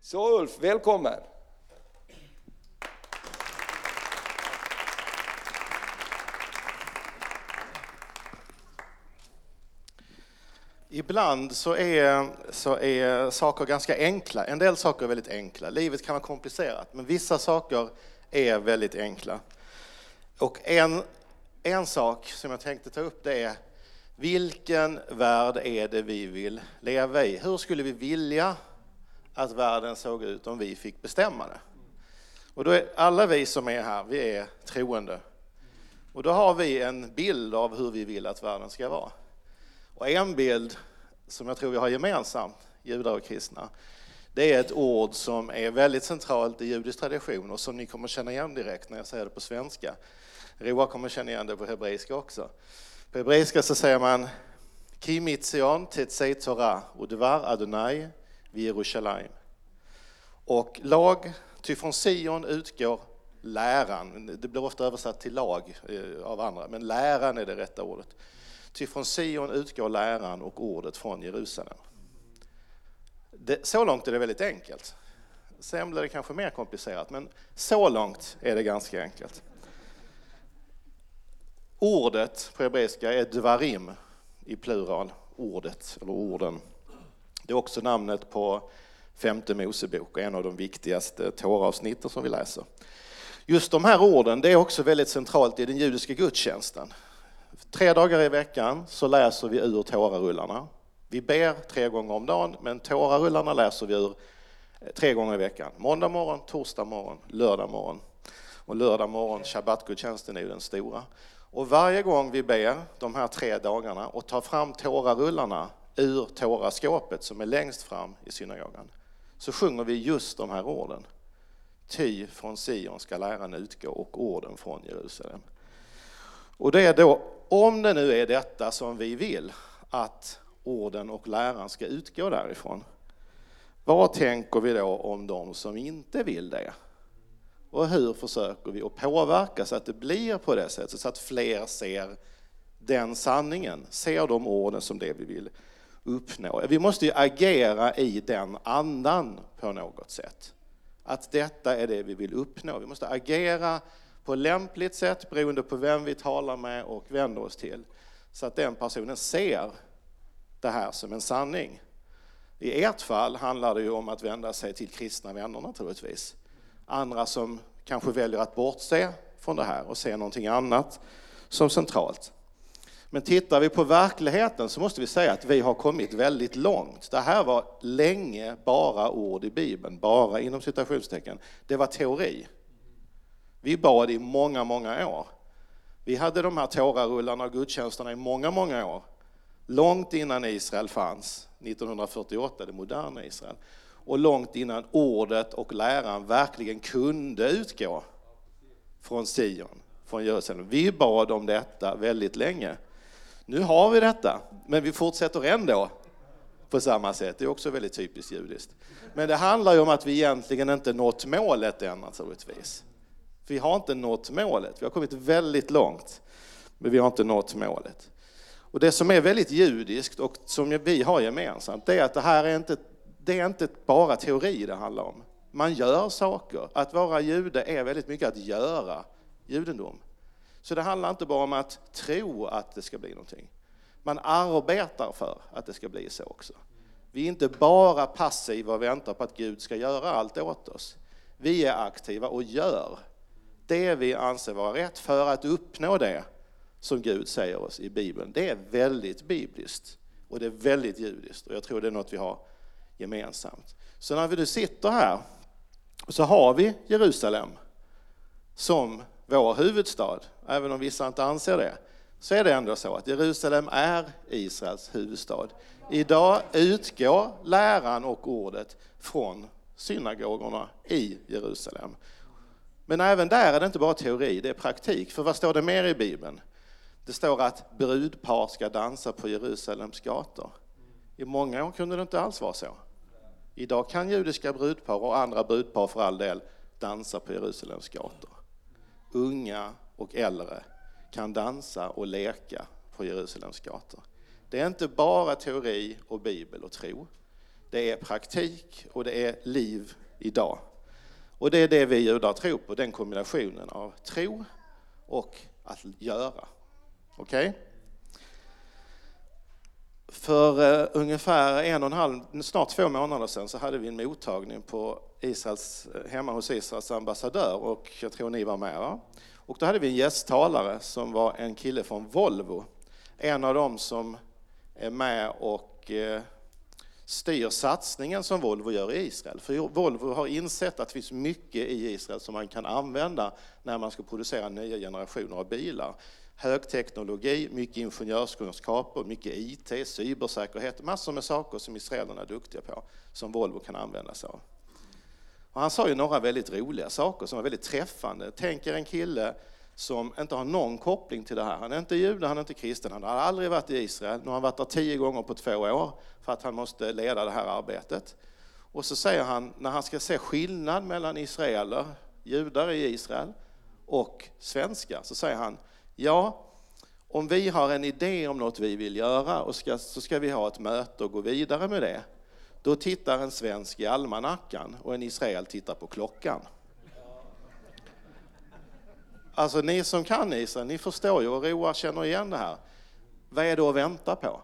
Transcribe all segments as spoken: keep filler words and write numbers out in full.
Så Ulf, välkommen! Ibland så är, så är saker ganska enkla. En del saker är väldigt enkla. Livet kan vara komplicerat, men vissa saker är väldigt enkla. Och en, en sak som jag tänkte ta upp, det är: vilken värld är det vi vill leva i? Hur skulle vi vilja att världen såg ut om vi fick bestämma det? Och då är alla vi som är här, vi är troende. Och då har vi en bild av hur vi vill att världen ska vara. Och en bild som jag tror vi har gemensamt, judar och kristna, det är ett ord som är väldigt centralt i judisk tradition och som ni kommer känna igen direkt när jag säger det på svenska. Roa kommer känna igen det på hebreiska också. På hebreiska så säger man Ki mitzion tetzei Torah udvar Adonai vi Jerusalem. Och lag, ty från Sion utgår läran. Det blir ofta översatt till lag av andra, men läran är det rätta ordet. Ty från Sion utgår läran och ordet från Jerusalem. Det, så långt är det väldigt enkelt. Sen blir det kanske mer komplicerat, men så långt är det ganska enkelt. Ordet på hebreiska är dvarim i plural, ordet eller orden. Det är också namnet på femte Mosebok och en av de viktigaste Toraavsnitten som vi läser. Just de här orden, det är också väldigt centralt i den judiska gudstjänsten. Tre dagar i veckan så läser vi ur Torarullarna. Vi ber tre gånger om dagen, men Torarullarna läser vi ur tre gånger i veckan. Måndag morgon, torsdag morgon, lördag morgon. Och lördag morgon, shabbatgudstjänsten är ju den stora. Och varje gång vi ber de här tre dagarna och tar fram Torarullarna ur Toraskåpet som är längst fram i synagogan, så sjunger vi just de här orden. Ty från Sion ska läran utgå och orden från Jerusalem. Och det är då, om det nu är detta som vi vill, att orden och läran ska utgå därifrån, vad tänker vi då om de som inte vill det? Och hur försöker vi att påverka så att det blir på det sättet, så att fler ser den sanningen, ser de orden som det vi vill uppnå? Vi måste ju agera i den andan på något sätt. Att detta är det vi vill uppnå. Vi måste agera på lämpligt sätt beroende på vem vi talar med och vänder oss till, så att den personen ser det här som en sanning. I ert fall handlar det ju om att vända sig till kristna vänner naturligtvis. Andra som kanske väljer att bortse från det här och se någonting annat som centralt. Men tittar vi på verkligheten så måste vi säga att vi har kommit väldigt långt. Det här var länge bara ord i Bibeln, bara inom citationstecken. Det var teori. Vi bad i många, många år. Vi hade de här Torarullarna och gudstjänsterna i många, många år. Långt innan Israel fanns, nittonhundrafyrtioåtta, det moderna Israel. Och långt innan ordet och läran verkligen kunde utgå från Sion, från Jerusalem. Vi bad om detta väldigt länge. Nu har vi detta, men vi fortsätter ändå på samma sätt. Det är också väldigt typiskt judiskt. Men det handlar ju om att vi egentligen inte nått målet än naturligtvis. Vi har inte nått målet. Vi har kommit väldigt långt, men vi har inte nått målet. Och det som är väldigt judiskt och som vi har gemensamt, det är att det här är inte, det är inte bara teori det handlar om. Man gör saker. Att vara jude är väldigt mycket att göra judendom. Så det handlar inte bara om att tro att det ska bli någonting. Man arbetar för att det ska bli så också. Vi är inte bara passiva och väntar på att Gud ska göra allt åt oss. Vi är aktiva och gör det vi anser vara rätt för att uppnå det som Gud säger oss i Bibeln. Det är väldigt bibliskt och det är väldigt judiskt, och jag tror det är något vi har gemensamt. Så när vi nu sitter här så har vi Jerusalem som vår huvudstad. Även om vissa inte anser det, så är det ändå så att Jerusalem är Israels huvudstad. Idag utgår läran och ordet från synagogorna i Jerusalem. Men även där är det inte bara teori, det är praktik. För vad står det mer i Bibeln? Det står att brudpar ska dansa på Jerusalems gator. I många år kunde det inte alls vara så. Idag kan judiska brudpar och andra brudpar för all del dansa på Jerusalems gator. Unga och äldre kan dansa och leka på Jerusalems gator. Det är inte bara teori och bibel och tro. det är praktik och det är liv idag. Och det är det vi judar tror på, den kombinationen av tro och att göra. Okej? Okay? För uh, ungefär en och en halv, snart två månader sedan så hade vi en mottagning på Israels, hemma hos Israels ambassadör och jag tror ni var med. Va? Och då hade vi en gästtalare som var en kille från Volvo. En av dem som är med och uh, styr satsningen som Volvo gör i Israel. För Volvo har insett att det finns mycket i Israel som man kan använda när man ska producera nya generationer av bilar. Högteknologi, mycket ingenjörskunskaper, mycket I T, cybersäkerhet, massor med saker som israelerna är duktiga på, som Volvo kan använda sig av. Och han sa ju några väldigt roliga saker som var väldigt träffande. Tänk er en kille som inte har någon koppling till det här. Han är inte jude, han är inte kristen, han har aldrig varit i Israel. Nu har han varit där tio gånger på två år för att han måste leda det här arbetet. Och så säger han, när han ska se skillnad mellan israeler, judar i Israel och svenskar, så säger han, ja, om vi har en idé om något vi vill göra och ska, så ska vi ha ett möte och gå vidare med det. Då tittar en svensk i almanackan och en israel tittar på klockan. Alltså ni som kan Israel, ni förstår ju och Roar känner igen det här. Vad är det att vänta på?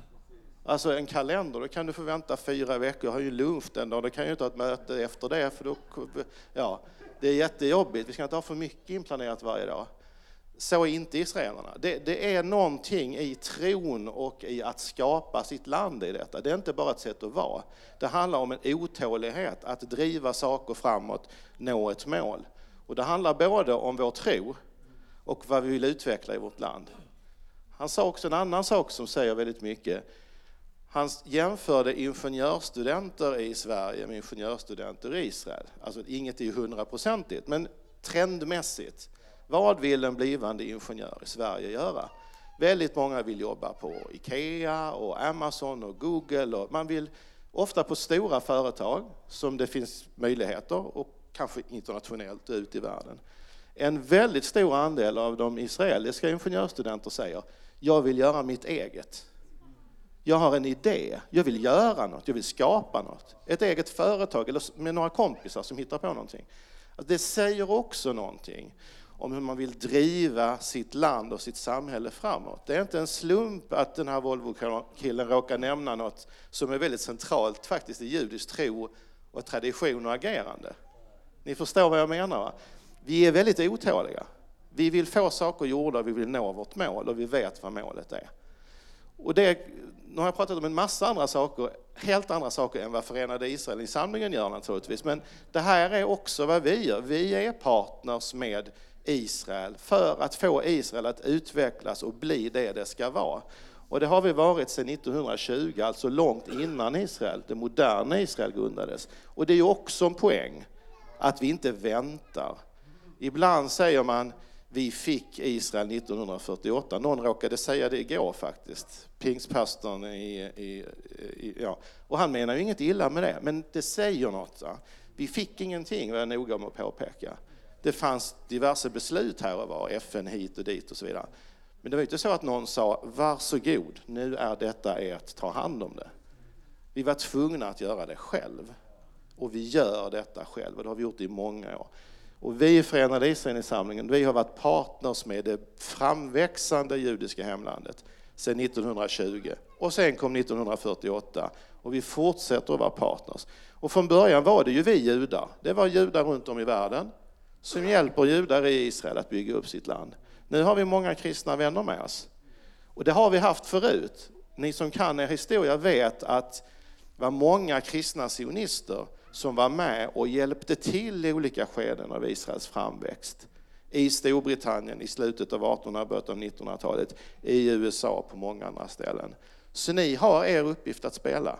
Alltså en kalender, då kan du få vänta fyra veckor, har ju lunch den dag, då kan ju inte ha ett möte efter det för då, ja, det är jättejobbigt. Vi ska inte ha för mycket inplanerat varje dag. Så är inte israelerna. Det, det är någonting i tron och i att skapa sitt land i detta. Det är inte bara ett sätt att vara. Det handlar om en otålighet att driva saker framåt, nå ett mål. Och det handlar både om vår tro och vad vi vill utveckla i vårt land. Han sa också en annan sak som säger väldigt mycket. Han jämförde ingenjörsstudenter i Sverige med ingenjörsstudenter i Israel. Alltså inget är ju hundraprocentigt, men trendmässigt. Vad vill en blivande ingenjör i Sverige göra? Väldigt många vill jobba på Ikea och Amazon och Google. Och man vill ofta på stora företag som det finns möjligheter och kanske internationellt ut i världen. En väldigt stor andel av de israeliska ingenjörsstudenter säger, jag vill göra mitt eget. Jag har en idé, jag vill göra något, jag vill skapa något. Ett eget företag eller med några kompisar som hittar på någonting. Det säger också någonting om hur man vill driva sitt land och sitt samhälle framåt. Det är inte en slump att den här Volvo-killen råkar nämna något som är väldigt centralt faktiskt i judisk tro och tradition och agerande. Ni förstår vad jag menar, va? Vi är väldigt otåliga. Vi vill få saker gjorda, vi vill nå vårt mål och vi vet vad målet är. Och det, nu har jag pratat om en massa andra saker, helt andra saker än vad Förenade Israel i samlingen gör naturligtvis. Men det här är också vad vi gör. Vi är partners med Israel för att få Israel att utvecklas och bli det det ska vara. Och det har vi varit sedan nittonhundratjugo, alltså långt innan Israel, det moderna Israel grundades. Och det är ju också en poäng att vi inte väntar. Ibland säger man, vi fick Israel nittonhundrafyrtioåtta. Någon råkade säga det igår faktiskt. Pingstpastorn i, i, i ja. Och han menar ju inget illa med det, men det säger något. Va? Vi fick ingenting, var jag noga med att påpeka. Det fanns diverse beslut här och var, F N hit och dit och så vidare. Men det var inte så att någon sa, varsågod, nu är detta ert, ta hand om det. Vi var tvungna att göra det själv. Och vi gör detta själv, och det har vi gjort i många år. Och vi i Förenade Israel i samlingen, vi har varit partners med det framväxande judiska hemlandet sedan nittonhundratjugo. Och sen kom nittonhundrafyrtioåtta och vi fortsätter att vara partners. Och från början var det ju vi judar. Det var judar runt om i världen som hjälper judar i Israel att bygga upp sitt land. Nu har vi många kristna vänner med oss. Och det har vi haft förut. Ni som kan er historia vet att det var många kristna sionister som var med och hjälpte till i olika skeden av Israels framväxt. I Storbritannien i slutet av artonhundratalet, början av nittonhundratalet, i U S A på många andra ställen. Så ni har er uppgift att spela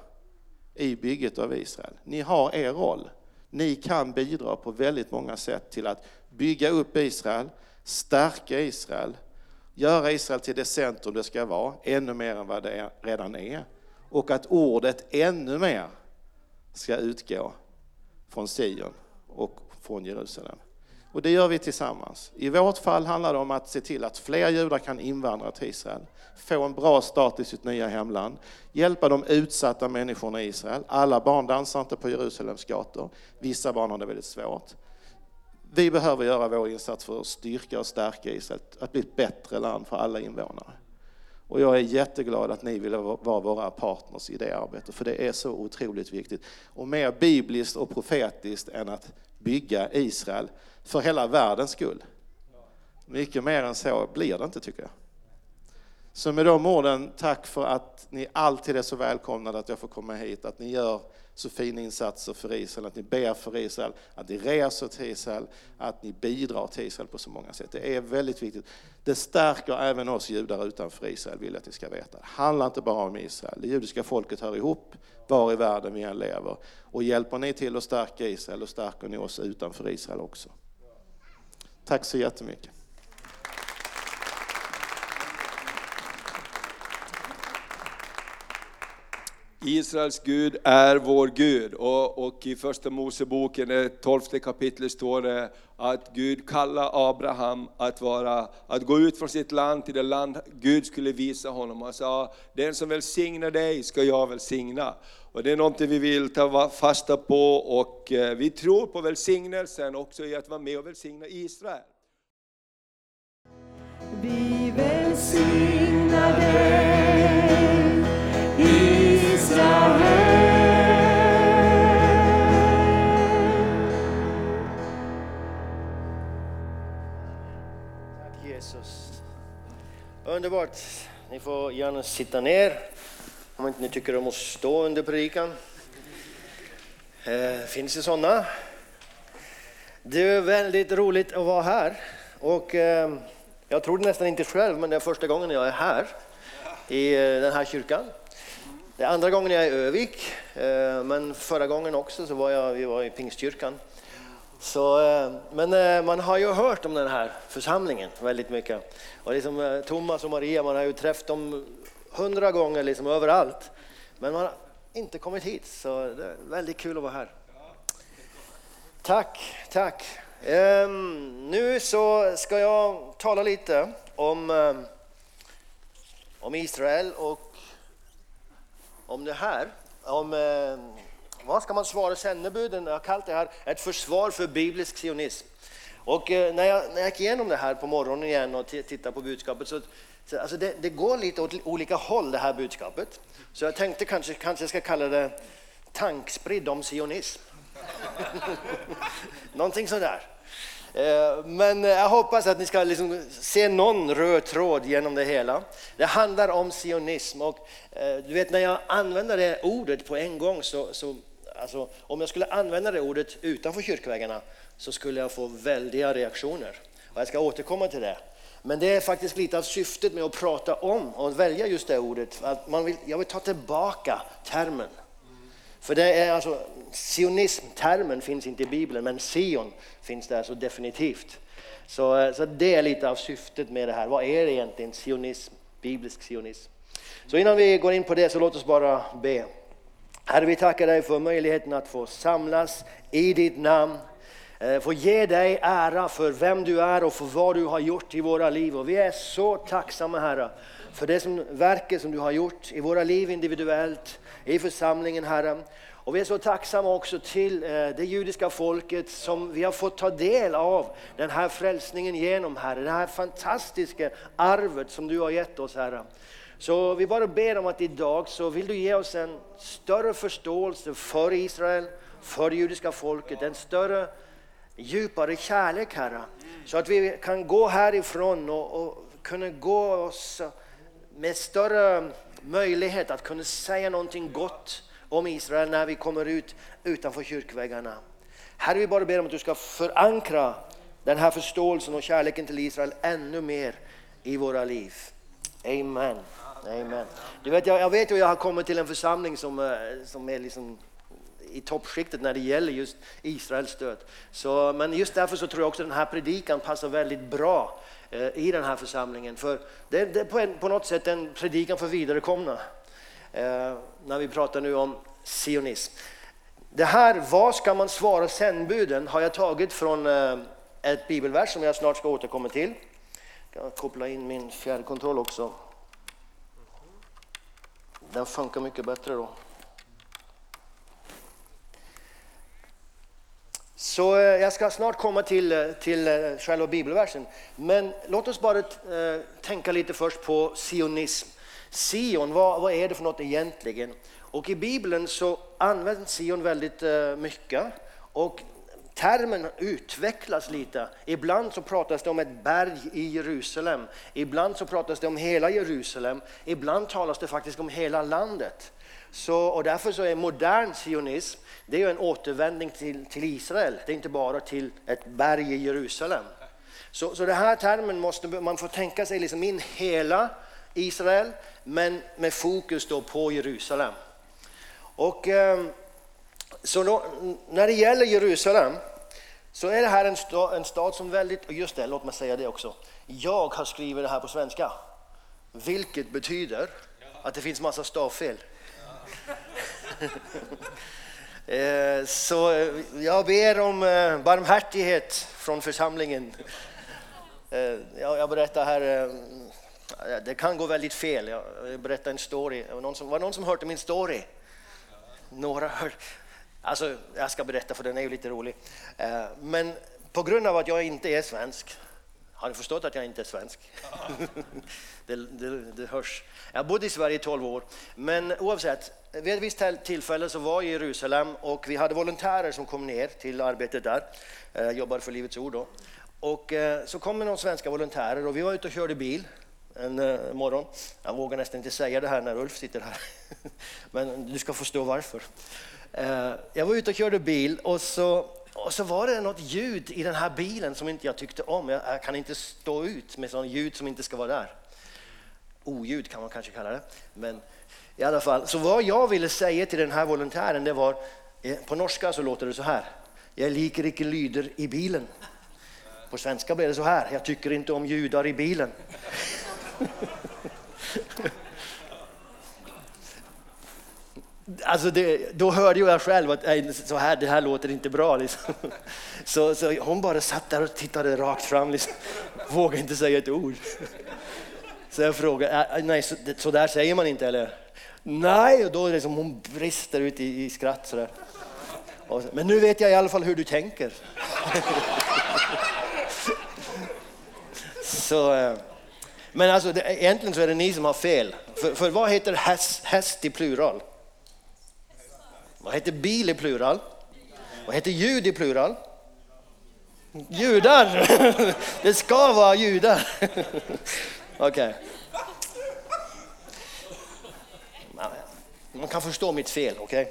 i bygget av Israel. Ni har er roll. Ni kan bidra på väldigt många sätt till att bygga upp Israel, stärka Israel, göra Israel till det centrum det ska vara, ännu mer än vad det redan är. Och att ordet ännu mer ska utgå från Sion och från Jerusalem. Och det gör vi tillsammans. I vårt fall handlar det om att se till att fler judar kan invandra till Israel. Få en bra start i sitt nya hemland. Hjälpa de utsatta människorna i Israel. Alla barn dansar inte på Jerusalems gator. Vissa barn har det väldigt svårt. Vi behöver göra vår insats för att styrka och stärka Israel. Att bli ett bättre land för alla invånare. Och jag är jätteglad att ni vill vara våra partners i det arbetet. För det är så otroligt viktigt. Och mer bibliskt och profetiskt än att bygga Israel för hela världens skull. Mycket mer än så blir det inte, tycker jag. Så med de orden, tack för att ni alltid är så välkomnade att jag får komma hit. Att ni gör så fina insatser för Israel, att ni ber för Israel, att ni reser till Israel, att ni bidrar till Israel på så många sätt. Det är väldigt viktigt. Det stärker även oss judar utanför Israel, vill jag att ni ska veta. Det handlar inte bara om Israel. Det judiska folket hör ihop var i världen vi än lever. Och hjälper ni till att stärka Israel, och stärker ni oss utanför Israel också. Tack så jättemycket. Israels Gud är vår Gud, och, och i första Moseboken, det tolfte kapitlet, står det att Gud kallar Abraham att, vara, att gå ut från sitt land till det land Gud skulle visa honom. Han sa, den som välsignar dig ska jag välsigna. Och det är något vi vill ta fasta på, och vi tror på välsignelsen också i att vara med och välsigna Israel. Vi välsignar dig, Israel. Tack Jesus. Underbart. Ni får gärna sitta ner om inte ni tycker om att stå under predikan. Eh, finns det sådana? Det är väldigt roligt att vara här. Och eh, jag trodde nästan inte själv, men det är första gången jag är här i eh, den här kyrkan. Det är andra gången jag är i Övik, eh, men förra gången också så var jag, vi var i Pingstkyrkan. Så, eh, men eh, man har ju hört om den här församlingen väldigt mycket. Och liksom, eh, Thomas och Maria, man har ju träffat dem hundra gånger liksom överallt. Men man har inte kommit hit, så det är väldigt kul att vara här. Tack, tack. Eh, nu så ska jag tala lite om, eh, om Israel och om det här, om eh, vad ska man svara sändebuden? Jag har kallat det här ett försvar för biblisk sionism. Och eh, när, jag, när jag gick igenom det här på morgonen igen och t- tittade på budskapet, så, så alltså det, det går lite åt olika håll, det här budskapet. Så jag tänkte kanske, kanske jag ska kalla det tankspridd om sionism. Någonting sådär. Men jag hoppas att ni ska liksom se någon röd tråd genom det hela. Det handlar om sionism, och du vet, när jag använder det ordet på en gång så, så alltså, om jag skulle använda det ordet utanför kyrkväggarna så skulle jag få väldiga reaktioner. Och jag ska återkomma till det. Men det är faktiskt lite av syftet med att prata om och välja just det ordet. Att man vill, jag vill ta tillbaka termen. För det är alltså, sionism-termen finns inte i Bibeln, men Sion finns där så definitivt. Så, så det är lite av syftet med det här. Vad är det egentligen sionism, biblisk sionism? Så innan vi går in på det så låt oss bara be. Herre, vi tackar dig för möjligheten att få samlas i ditt namn. Få ge dig ära för vem du är och för vad du har gjort i våra liv. Och vi är så tacksamma, Herre, för det som verket som du har gjort i våra liv individuellt, i församlingen, Herre. Och vi är så tacksamma också till det judiska folket som vi har fått ta del av den här frälsningen genom, Herre. Det här fantastiska arvet som du har gett oss, Herre. Så vi bara ber om att idag så vill du ge oss en större förståelse för Israel, för det judiska folket, en större, djupare kärlek, Herre. Så att vi kan gå härifrån och, och kunna gå oss med större möjlighet att kunna säga någonting gott om Israel när vi kommer ut utanför kyrkväggarna. Herre, vi bara ber om att du ska förankra den här förståelsen och kärleken till Israel ännu mer i våra liv. Amen. Amen. Du vet, jag, jag vet ju jag har kommit till en församling som, som är liksom i toppskiktet när det gäller just Israels stöd. Så, men just därför så tror jag också att den här predikan passar väldigt bra eh, i den här församlingen. För det, det är på, en, på något sätt en predikan för vidarekomna. Eh, när vi pratar nu om sionism. Det här, vad ska man svara sändbuden, har jag tagit från eh, ett bibelvers som jag snart ska återkomma till. Jag kan koppla in min fjärrkontroll också. Den funkar mycket bättre då. Så jag ska snart komma till, till själva bibelversen. Men låt oss bara äh, tänka lite först på sionism. Sion, vad, vad är det för något egentligen? Och i Bibeln så används Sion väldigt äh, mycket. Och termen utvecklas lite. Ibland så pratas det om ett berg i Jerusalem. Ibland så pratas det om hela Jerusalem. Ibland talas det faktiskt om hela landet. Så, och därför så är modern sionism, det är ju en återvändning till, till Israel. Det är inte bara till ett berg i Jerusalem. Så, så det här termen måste man få tänka sig liksom in hela Israel, men med fokus då på Jerusalem. Och eh, så då, när det gäller Jerusalem så är det här en stad, en stad som väldigt, och just det, låt mig säga det också. Jag har skrivit det här på svenska, vilket betyder att det finns massa stavfel. Så jag ber om barmhärtighet från församlingen. Jag berättar här, det kan gå väldigt fel. Jag berättar en story. Någon som, var någon som hörde min story? Några hör. Alltså, jag ska berätta för den är ju lite rolig. Men på grund av att jag inte är svensk, har ni förstått att jag inte är svensk? det, det, det hörs. Jag bodde i Sverige i tolv år. Men oavsett, vid ett visst tillfälle så var jag i Jerusalem och vi hade volontärer som kom ner till arbetet där. Jag jobbade för Livets Ord då. Och så kom det några svenska volontärer och vi var ute och körde bil en morgon. Jag vågar nästan inte säga det här när Ulf sitter här. Men du ska förstå varför. Jag var ute och körde bil och så Och så var det något ljud i den här bilen som inte jag tyckte om. Jag, jag kan inte stå ut med sån ljud som inte ska vara där. Oljud kan man kanske kalla det. Men i alla fall, så vad jag ville säga till den här volontären, det var, på norska så låter det så här: jag liker inte lyder i bilen. På svenska blir det så här: jag tycker inte om ljudar i bilen. Alltså det, då hörde jag själv att nej, så här, det här låter inte bra liksom. så, så hon bara satt där och tittade rakt fram liksom. Vågade inte säga ett ord. Så jag frågade, nej så, så där säger man inte eller? Nej, och då liksom hon brister ut i, i skratt sådär. Och, men nu vet jag i alla fall hur du tänker. så, men alltså det, egentligen så är det ni som har fel. För, för vad heter häst, häst i plural? Vad heter bil i plural? Vad heter ljud i plural? Judar! Det ska vara judar. Okej. Okay. Man kan förstå mitt fel, okej?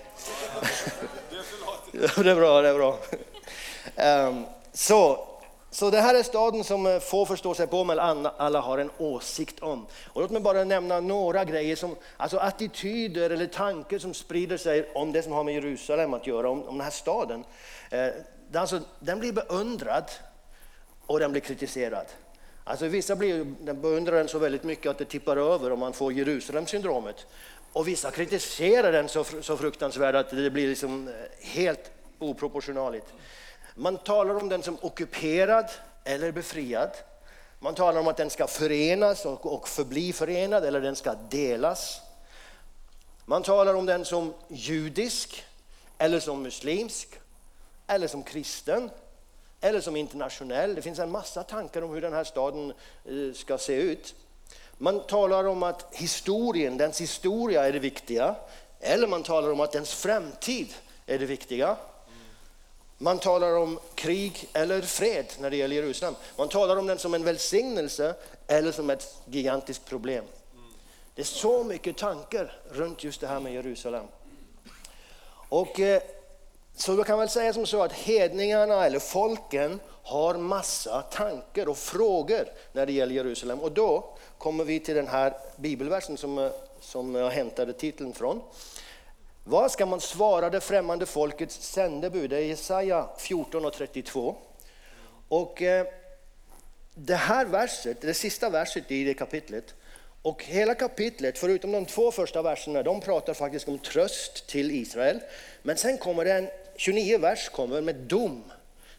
Okay? Det är bra, det är bra. Um, så, så det här är staden som få förstår sig på, men alla har en åsikt om. Och låt mig bara nämna några grejer, som, alltså attityder eller tankar som sprider sig om det som har med Jerusalem att göra, om, om den här staden. Eh, alltså, den blir beundrad och den blir kritiserad. Alltså vissa blir beundrar den så väldigt mycket att det tippar över om man får Jerusalem-syndromet. Och vissa kritiserar den så, så fruktansvärt att det blir liksom helt oproportionaligt. Man talar om den som ockuperad eller befriad. Man talar om att den ska förenas och, och förbli förenad, eller den ska delas. Man talar om den som judisk eller som muslimsk eller som kristen eller som internationell. Det finns en massa tankar om hur den här staden ska se ut. Man talar om att historien, dens historia är det viktiga, eller man talar om att dens framtid är det viktiga. Man talar om krig eller fred när det gäller Jerusalem. Man talar om den som en välsignelse eller som ett gigantiskt problem. Det är så mycket tankar runt just det här med Jerusalem. Och så då kan man väl säga som så att hedningarna eller folken har massa tankar och frågor när det gäller Jerusalem. Och då kommer vi till den här bibelversen som, som jag hämtade titeln från. Vad ska man svara det främmande folkets sändebud? Det är Jesaja fjorton och trettiotvå. Och eh, det här verset, det sista verset i det kapitlet, och hela kapitlet, förutom de två första verserna, de pratar faktiskt om tröst till Israel. Men sen kommer det en tjugonio vers kommer med dom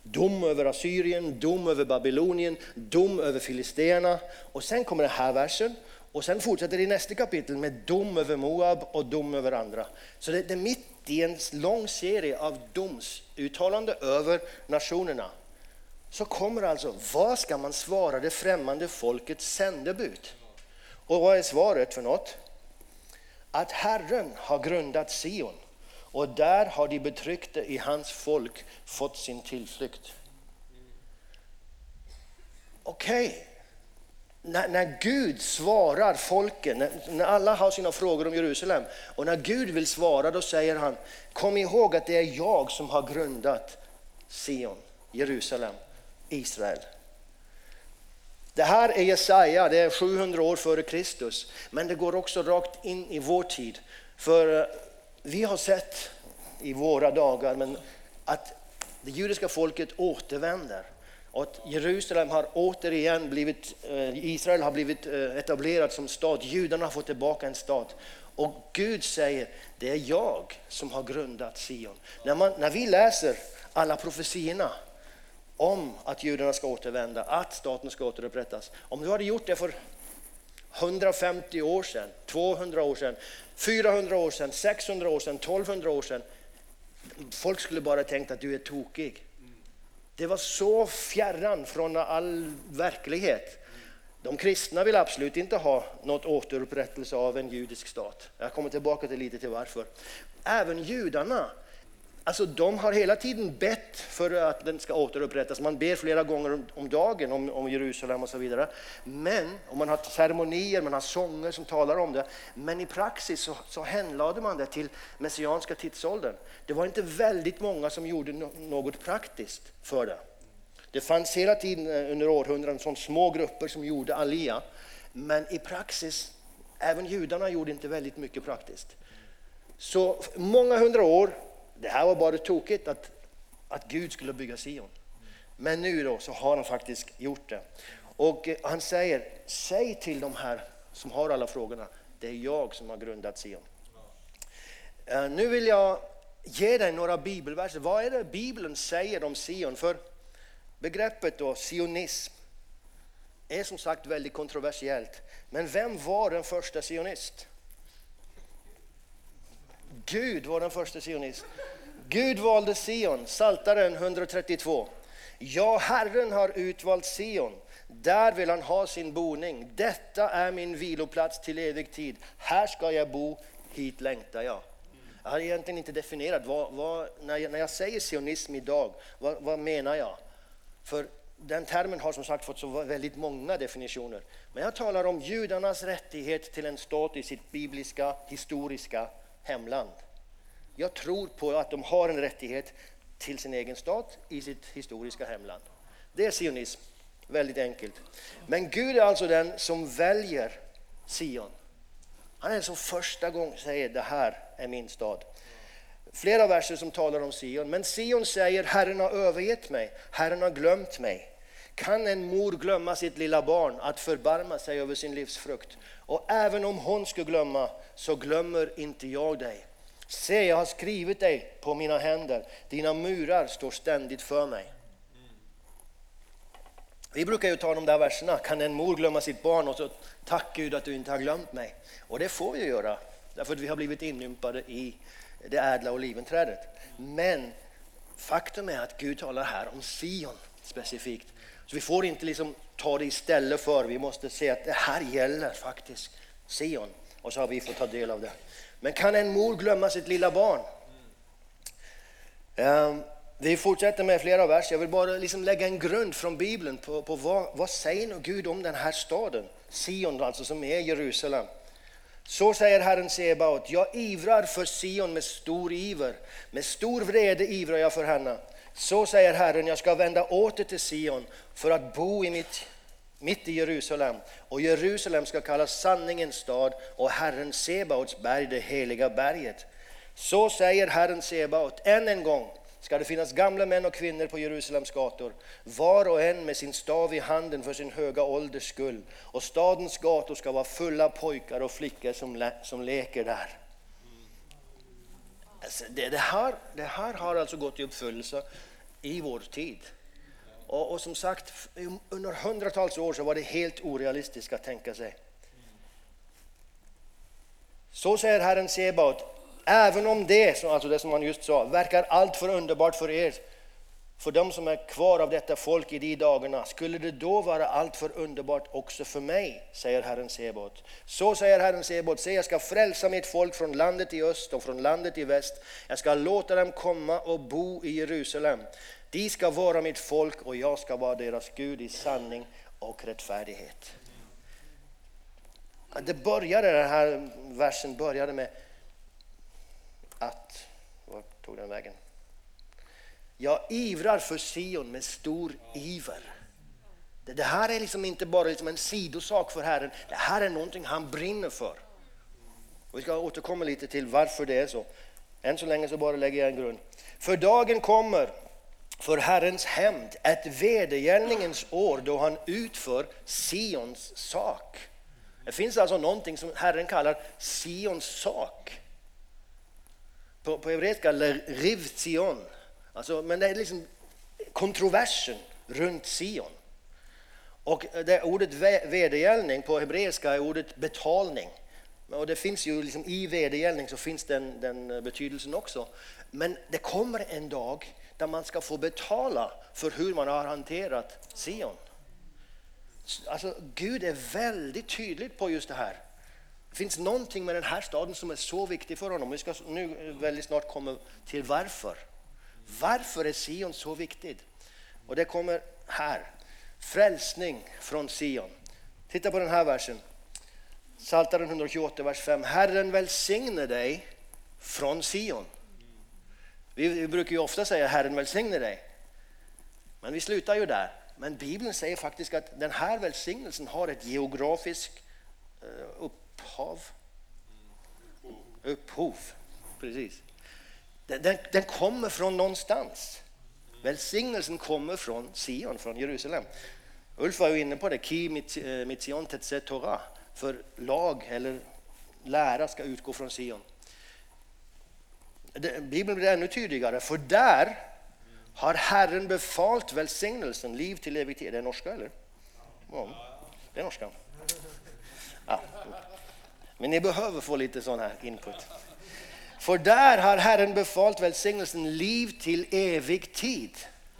Dom över Assyrien, dom över Babylonien, dom över filisterna. Och sen kommer den här versen. Och sen fortsätter det i nästa kapitel med dom över Moab och dom över andra. Så det, det är mitt i en lång serie av domsuttalande över nationerna. Så kommer alltså, vad ska man svara det främmande folkets sändebud? Och vad är svaret för något? Att Herren har grundat Sion. Och där har de betryckte i hans folk fått sin tillflykt. Okej. Okay. När, när Gud svarar folken, när, när alla har sina frågor om Jerusalem. Och när Gud vill svara, då säger han, kom ihåg att det är jag som har grundat Sion, Jerusalem, Israel. Det här är Jesaja, det är sjuhundra år före Kristus. Men det går också rakt in i vår tid. För vi har sett i våra dagar men att det judiska folket återvänder. Och att Jerusalem har återigen blivit, Israel har blivit etablerat som stad. Judarna har fått tillbaka en stad. Och Gud säger, det är jag som har grundat Sion. När, man, när vi läser alla profetierna om att judarna ska återvända, att staten ska återupprättas. Om du hade gjort det för hundrafemtio år sedan, tvåhundra år sedan, fyrahundra år sedan, sexhundra år sedan, tolvhundra år sedan. Folk skulle bara tänkt att du är tokig. Det var så fjärran från all verklighet. De kristna vill absolut inte ha något återupprättelse av en judisk stat. Jag kommer tillbaka till lite till varför. Även judarna, alltså de har hela tiden bett för att den ska återupprättas. Man ber flera gånger om, om dagen om, om Jerusalem och så vidare. Men, och man har ceremonier, man har sånger som talar om det. Men i praxis så, så hänlade man det till messianska tidsåldern. Det var inte väldigt många som gjorde no, något praktiskt för det. Det fanns hela tiden under århundraden som små grupper som gjorde alia. Men i praxis, även judarna gjorde inte väldigt mycket praktiskt. Så många hundra år, det här var bara tokigt att, att Gud skulle bygga Sion. Men nu då så har han faktiskt gjort det. Och han säger, säg till de här som har alla frågorna, det är jag som har grundat Sion. Uh, nu vill jag ge dig några bibelverser. Vad är det Bibeln säger om Sion? För begreppet då, sionism, är som sagt väldigt kontroversiellt. Men vem var den första sionist? Gud var den första sionist. Gud valde Sion, Psaltaren etthundratrettiotvå. Ja, Herren har utvalt Sion. Där vill han ha sin boning. Detta är min viloplats till evig tid. Här ska jag bo, hit längtar jag. Jag har egentligen inte definierat vad, vad, när, jag, när jag säger sionism idag, vad, vad menar jag? För den termen har som sagt fått så väldigt många definitioner. Men jag talar om judarnas rättighet till en stat i sitt bibliska, historiska hemland. Jag tror på att de har en rättighet till sin egen stat i sitt historiska hemland. Det är sionism, väldigt enkelt. Men Gud är alltså den som väljer Sion. Han är den som första gången säger, det här är min stad. Flera verser som talar om Sion. Men Sion säger, Herren har övergett mig, Herren har glömt mig. Kan en mor glömma sitt lilla barn att förbarma sig över sin livsfrukt? Och även om hon skulle glömma, så glömmer inte jag dig. Se, jag har skrivit dig på mina händer. Dina murar står ständigt för mig. Vi brukar ju ta de där verserna. Kan en mor glömma sitt barn och så tack Gud att du inte har glömt mig. Och det får vi göra. Därför att vi har blivit inympade i det ädla oliventrädet. Men faktum är att Gud talar här om Sion specifikt. Så vi får inte liksom ta det istället för. Vi måste se att det här gäller faktiskt Sion. Och så har vi fått ta del av det. Men kan en mor glömma sitt lilla barn? Um, vi fortsätter med flera verser. Jag vill bara liksom lägga en grund från Bibeln på, på vad, vad säger nu Gud om den här staden? Sion alltså, som är Jerusalem. Så säger Herren Sebaot, jag ivrar för Sion med stor iver. Med stor vrede ivrar jag för henne. Så säger Herren, jag ska vända åter till Sion för att bo i mitt, mitt i Jerusalem. Och Jerusalem ska kallas sanningens stad och Herren Sebaots berg, det heliga berget. Så säger Herren Sebaot, än en gång ska det finnas gamla män och kvinnor på Jerusalems gator, var och en med sin stav i handen för sin höga ålders skull. Och stadens gator ska vara fulla pojkar och flickor som, le- som leker där. Alltså det, det, här, det här har alltså gått i uppfyllelse i vår tid. Och, och som sagt, under hundratals år så var det helt orealistiskt att tänka sig. Så säger Herren Sebaot, även om det, alltså det som han just sa, verkar allt för underbart för er, för de som är kvar av detta folk i de dagarna, skulle det då vara allt för underbart också för mig, säger Herren Sebaot. Så säger Herren Sebaot, se, jag ska frälsa mitt folk från landet i öst och från landet i väst. Jag ska låta dem komma och bo i Jerusalem. De ska vara mitt folk och jag ska vara deras Gud i sanning och rättfärdighet. Det började, den här versen började med att, vart tog den vägen? Jag ivrar för Sion med stor iver. Det, det här är liksom inte bara liksom en sidosak för Herren. Det här är någonting han brinner för. Och vi ska återkomma lite till varför det är så. Än så länge så bara lägger jag en grund. För dagen kommer för Herrens hämnd, ett vedergällningens år då han utför Sions sak. Det finns alltså någonting som Herren kallar Sions sak. På, på hebreiska riv Sion. Alltså, men det är liksom kontroversen runt Sion. Och det ordet vedergällning på hebreiska är ordet betalning. Och det finns ju liksom, i vedergällning så finns den, den betydelsen också. Men det kommer en dag där man ska få betala för hur man har hanterat Sion. Alltså Gud är väldigt tydlig på just det här. Det finns någonting med den här staden som är så viktig för honom. Vi ska nu väldigt snart komma till varför. Varför är Sion så viktigt? Och det kommer här. Frälsning från Sion. Titta på den här versen. Psaltaren etthundratjugoåtta, vers fem. Herren välsigne dig från Sion. Vi, vi brukar ju ofta säga Herren välsigne dig. Men vi slutar ju där. Men Bibeln säger faktiskt att den här välsignelsen har ett geografiskt uh, upphav. Upphov. Precis. Den, den, den kommer från någonstans. Välsignelsen kommer från Sion, från Jerusalem. Ulf var ju inne på det. Ki mitzion tetse Torah. För lag eller lära ska utgå från Sion. Bibeln blir ännu tydligare. För där har Herren befallt välsignelsen, liv till evig tid. Det är norska eller? Ja, det är norska. Ja. Men ni behöver få lite sån här input. För där har Herren befallt välsignelsen, liv till evig tid.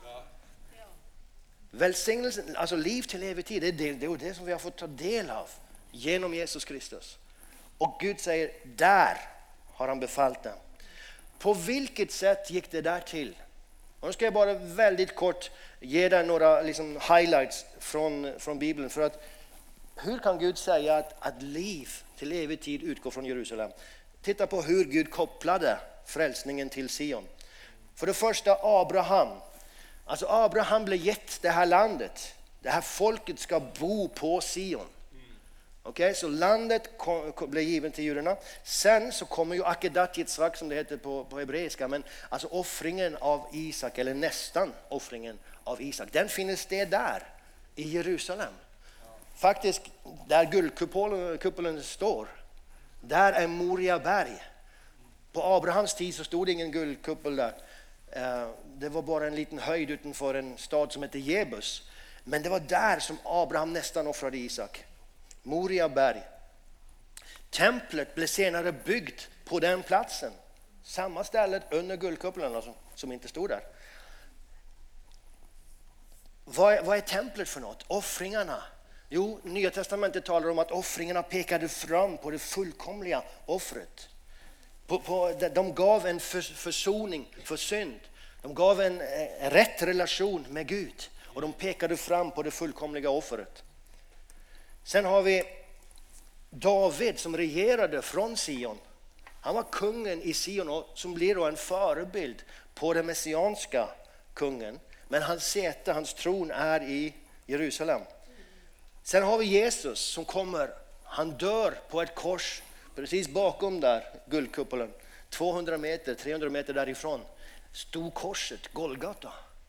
Välsignelsen, alltså liv till evig tid, det är det, det är det som vi har fått ta del av genom Jesus Kristus. Och Gud säger, där har han befallt den. På vilket sätt gick det där till? Och nu ska jag bara väldigt kort ge dig några liksom highlights från, från Bibeln. För att, hur kan Gud säga att, att liv till evig tid utgår från Jerusalem? Titta på hur Gud kopplade frälsningen till Sion. För det första Abraham. Alltså Abraham blev gett det här landet. Det här folket ska bo på Sion. Okej, okay, så landet kom, kom, blev given till judarna. Sen så kommer ju Akedat Yitzhak som det heter på, på hebreiska. Men alltså offringen av Isak, eller nästan offringen av Isak. Den finns det där i Jerusalem. Faktiskt där guldkupolen står. Där är Moria berg. På Abrahams tid så stod det ingen guldkuppel där. Det var bara en liten höjd utanför en stad som heter Jebus. Men det var där som Abraham nästan offrade Isak. Moria berg. Templet blev senare byggt på den platsen. Samma stället under guldkupplen alltså, som inte stod där. Vad är, vad är templet för något? Offringarna. Jo, Nya testamentet talar om att offringarna pekade fram på det fullkomliga offret. På, på, de gav en för, försoning för synd. De gav en, en rätt relation med Gud. Och de pekade fram på det fullkomliga offret. Sen har vi David som regerade från Sion. Han var kungen i Sion och som blir då en förebild på den messianska kungen. Men hans säte, hans tron är i Jerusalem. Sen har vi Jesus som kommer. Han dör på ett kors precis bakom där guldkupolen. tvåhundra meter, trehundra meter därifrån stod korset, Golgata.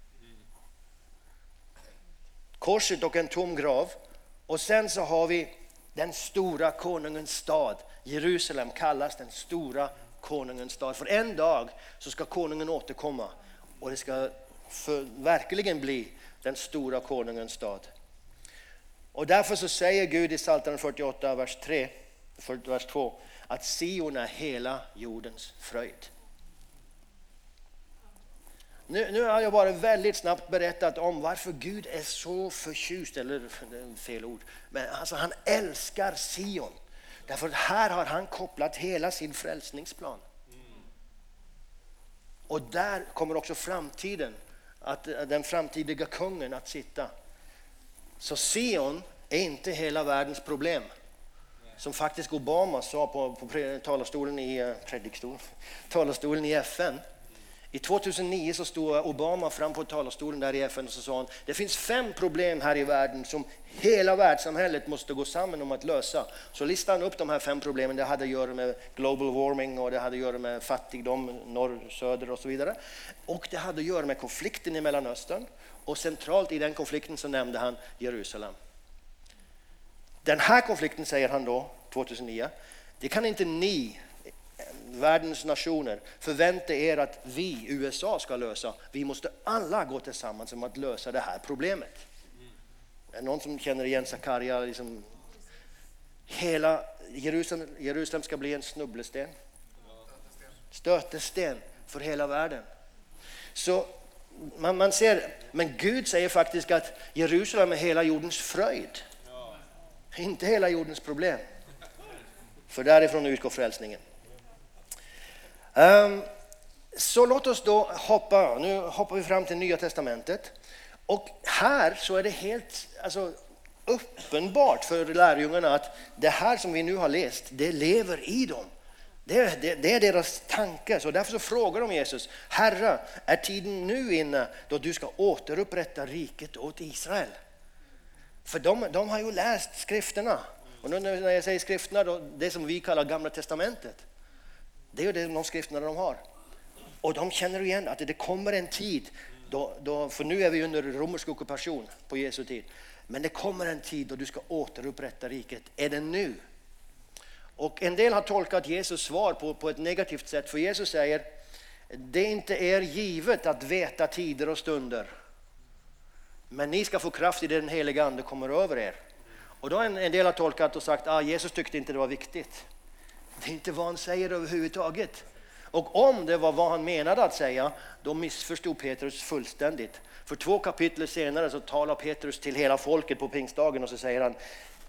Korset och en tom grav. Och sen så har vi den stora konungens stad. Jerusalem kallas den stora konungens stad. För en dag så ska konungen återkomma. Och det ska för verkligen bli den stora konungens stad. Och därför så säger Gud i Psaltaren fyrtioåtta, vers tre, vers två, att Sion är hela jordens fröjd. Nu, nu har jag bara väldigt snabbt berättat om varför Gud är så förtjust, eller det är fel ord, men alltså han älskar Sion. Därför här har han kopplat hela sin frälsningsplan. Och där kommer också framtiden, att den framtida kungen att sitta. Så Sion är inte hela världens problem. Som faktiskt Obama sa på, på talarstolen i predikstolen, talarstolen i F N. I tjugohundranio så stod Obama fram på talarstolen där i F N och så sa han: det finns fem problem här i världen som hela världssamhället måste gå samman om att lösa. Så listade han upp de här fem problemen. Det hade att göra med global warming och det hade att göra med fattigdom, norr, söder och så vidare. Och det hade att göra med konflikten i Mellanöstern. Och centralt i den konflikten så nämnde han Jerusalem. Den här konflikten, säger han då, tjugohundranio, det kan inte ni, världens nationer, förvänta er att vi, U S A, ska lösa. Vi måste alla gå tillsammans om att lösa det här problemet. Är någon som känner igen Zakaria? Liksom, hela Jerusalem, Jerusalem ska bli en snubblesten. Stötesten för hela världen. Så man, man ser, men Gud säger faktiskt att Jerusalem är hela jordens fröjd. Inte hela jordens problem. För därifrån utgår frälsningen. Um, så låt oss då hoppa, nu hoppar vi fram till Nya testamentet. Och här så är det helt alltså, uppenbart för lärjungarna att det här som vi nu har läst, det lever i dem. Det, det, det är deras tanke. Så därför så frågar de Jesus: Herre, är tiden nu inne då du ska återupprätta riket åt Israel? För de, de har ju läst skrifterna. Och nu när jag säger skrifterna, då, det som vi kallar Gamla testamentet, det är ju det, de skrifterna de har. Och de känner igen att det kommer en tid, då, då, för nu är vi under romersk ockupation på Jesu tid. Men det kommer en tid då du ska återupprätta riket. Är det nu? Och en del har tolkat Jesus svar på, på ett negativt sätt. För Jesus säger: det är inte er givet att veta tider och stunder. Men ni ska få kraft i den heliga ande kommer över er. Och då en, en del har tolkat och sagt att ah, Jesus tyckte inte det var viktigt. Det är inte vad han säger överhuvudtaget. Och om det var vad han menade att säga, då missförstod Petrus fullständigt. För två kapitel senare så talar Petrus till hela folket på pingstdagen och så säger han: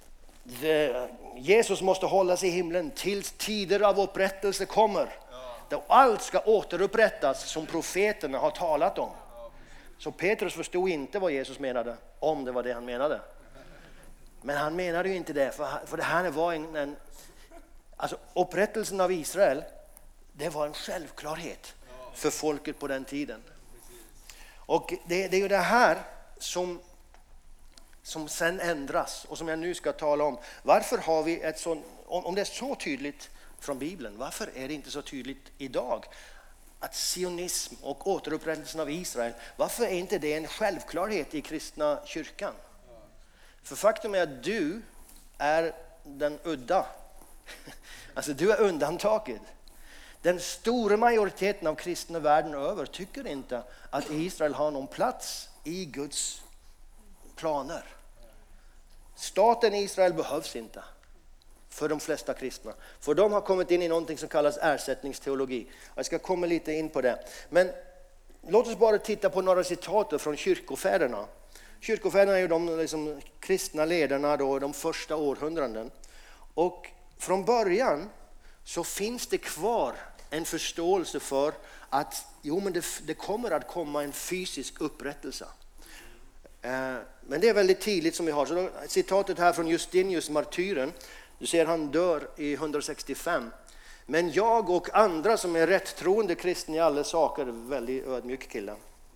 Jesus måste hållas i himlen tills tider av upprättelse kommer. Då allt ska återupprättas som profeterna har talat om. Så Petrus förstod inte vad Jesus menade, om det var det han menade. Men han menade ju inte det, för, för det här var en, en alltså upprättelsen av Israel, det var en självklarhet för folket på den tiden. Och det, det är ju det här som, som sen ändras och som jag nu ska tala om. Varför har vi ett sånt, om, om det är så tydligt från Bibeln, varför är det inte så tydligt idag? Att sionism och återupprättelsen av Israel, varför är inte det en självklarhet i kristna kyrkan? För faktum är att du är den udda. Alltså du är undantaget. Den stora majoriteten av kristna världen över tycker inte att Israel har någon plats i Guds planer. Staten Israel behövs inte för de flesta kristna. För de har kommit in i någonting som kallas ersättningsteologi. Jag ska komma lite in på det. Men låt oss bara titta på några citat från kyrkofäderna. Kyrkofäderna är ju de liksom, kristna ledarna då, de första århundraden. Och från början så finns det kvar en förståelse för att jo, men det, det kommer att komma en fysisk upprättelse. Eh, men det är väldigt tidigt som vi har. Så då, citatet här från Justinius, martyren. Du ser han dör i hundrasextiofem. Men jag och andra som är rätt troende kristna i alla saker, väldigt ödmjuk kille,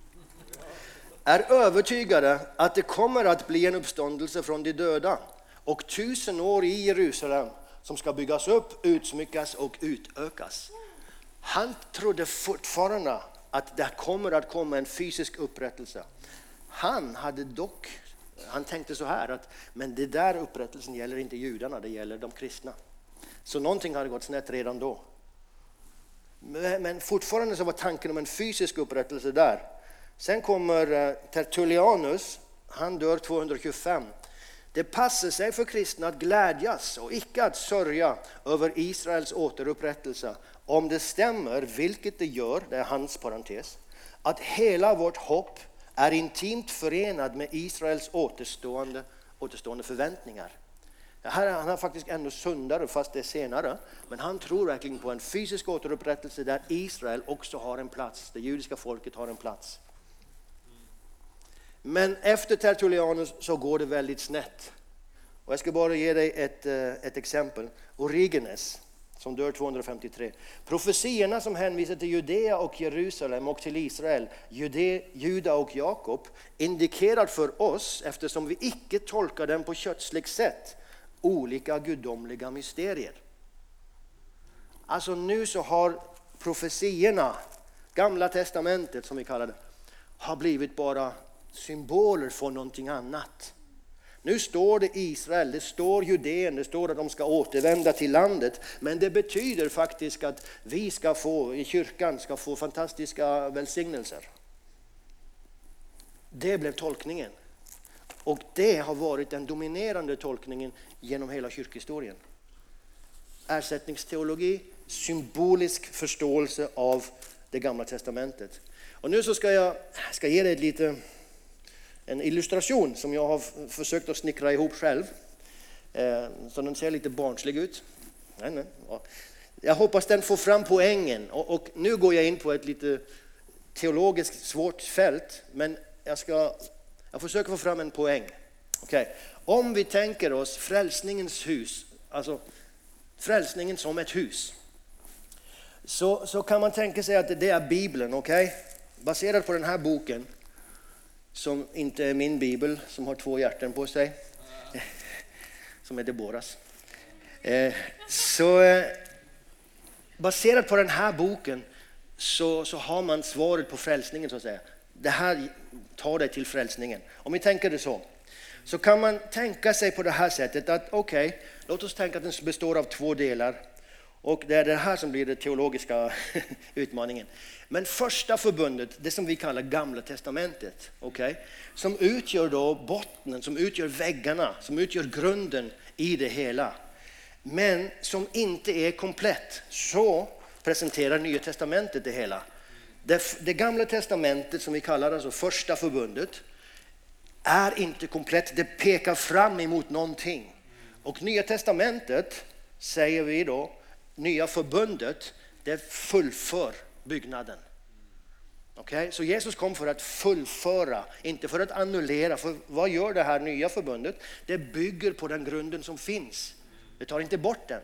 är övertygade att det kommer att bli en uppståndelse från de döda och tusen år i Jerusalem som ska byggas upp, utsmyckas och utökas. Han trodde fortfarande att det kommer att komma en fysisk upprättelse. Han hade dock, han tänkte så här att men det där upprättelsen gäller inte judarna, det gäller de kristna. Så någonting hade gått snett redan då. Men fortfarande så var tanken om en fysisk upprättelse där. Sen kommer Tertullianus, han dör tvåhundratjugofem. Det passar sig för kristna att glädjas och icke att sörja över Israels återupprättelse. Om det stämmer, vilket det gör, det är hans parentes, att hela vårt hopp är intimt förenad med Israels återstående, återstående förväntningar. Här är han faktiskt ännu sundare, fast det är senare. Men han tror verkligen på en fysisk återupprättelse där Israel också har en plats. Det judiska folket har en plats. Men efter Tertullianus så går det väldigt snett. Och jag ska bara ge dig ett, ett exempel. Origenes, som dör tvåhundrafemtiotre. Profetierna som hänvisar till Judea och Jerusalem och till Israel, Jude, Juda och Jakob, indikerar för oss, eftersom vi icke tolkar dem på kötsligt sätt, olika gudomliga mysterier. Alltså nu så har profetierna, Gamla testamentet som vi kallar det, har blivit bara symboler för någonting annat. Nu står det Israel, det står Judeen, det står att de ska återvända till landet. Men det betyder faktiskt att vi ska få, i kyrkan, ska få fantastiska välsignelser. Det blev tolkningen. Och det har varit den dominerande tolkningen genom hela kyrkhistorien. Ersättningsteologi, symbolisk förståelse av det Gamla testamentet. Och nu så ska jag ska ge dig ett lite, en illustration som jag har försökt att snickra ihop själv. Eh, så den ser lite barnslig ut. Nej, nej. Ja. Jag hoppas den får fram poängen. Och, och nu går jag in på ett lite teologiskt svårt fält. Men jag ska jag försöker få fram en poäng. Okay. Om vi tänker oss frälsningens hus, alltså frälsningen som ett hus, så, så kan man tänka sig att det är Bibeln, okej? Okay? Baserat på den här boken, som inte är min bibel, som har två hjärtan på sig, som är Deborahs. Eh, så eh, baserat på den här boken så, så har man svaret på frälsningen, så att säga. Det här tar dig till frälsningen. Om vi tänker det så, så kan man tänka sig på det här sättet att okej, okay, låt oss tänka att den består av två delar. Och det är det här som blir den teologiska utmaningen. Men första förbundet, det som vi kallar Gamla testamentet, okay, som utgör då bottnen, som utgör väggarna, som utgör grunden i det hela. Men som inte är komplett, så presenterar Nya testamentet det hela. Det, det Gamla testamentet som vi kallar alltså första förbundet är inte komplett, det pekar fram emot någonting. Och Nya testamentet, säger vi då, Nya förbundet, det fullför byggnaden. Okay? Så Jesus kom för att fullföra, inte för att annullera. För vad gör det här nya förbundet? Det bygger på den grunden som finns. Det tar inte bort den.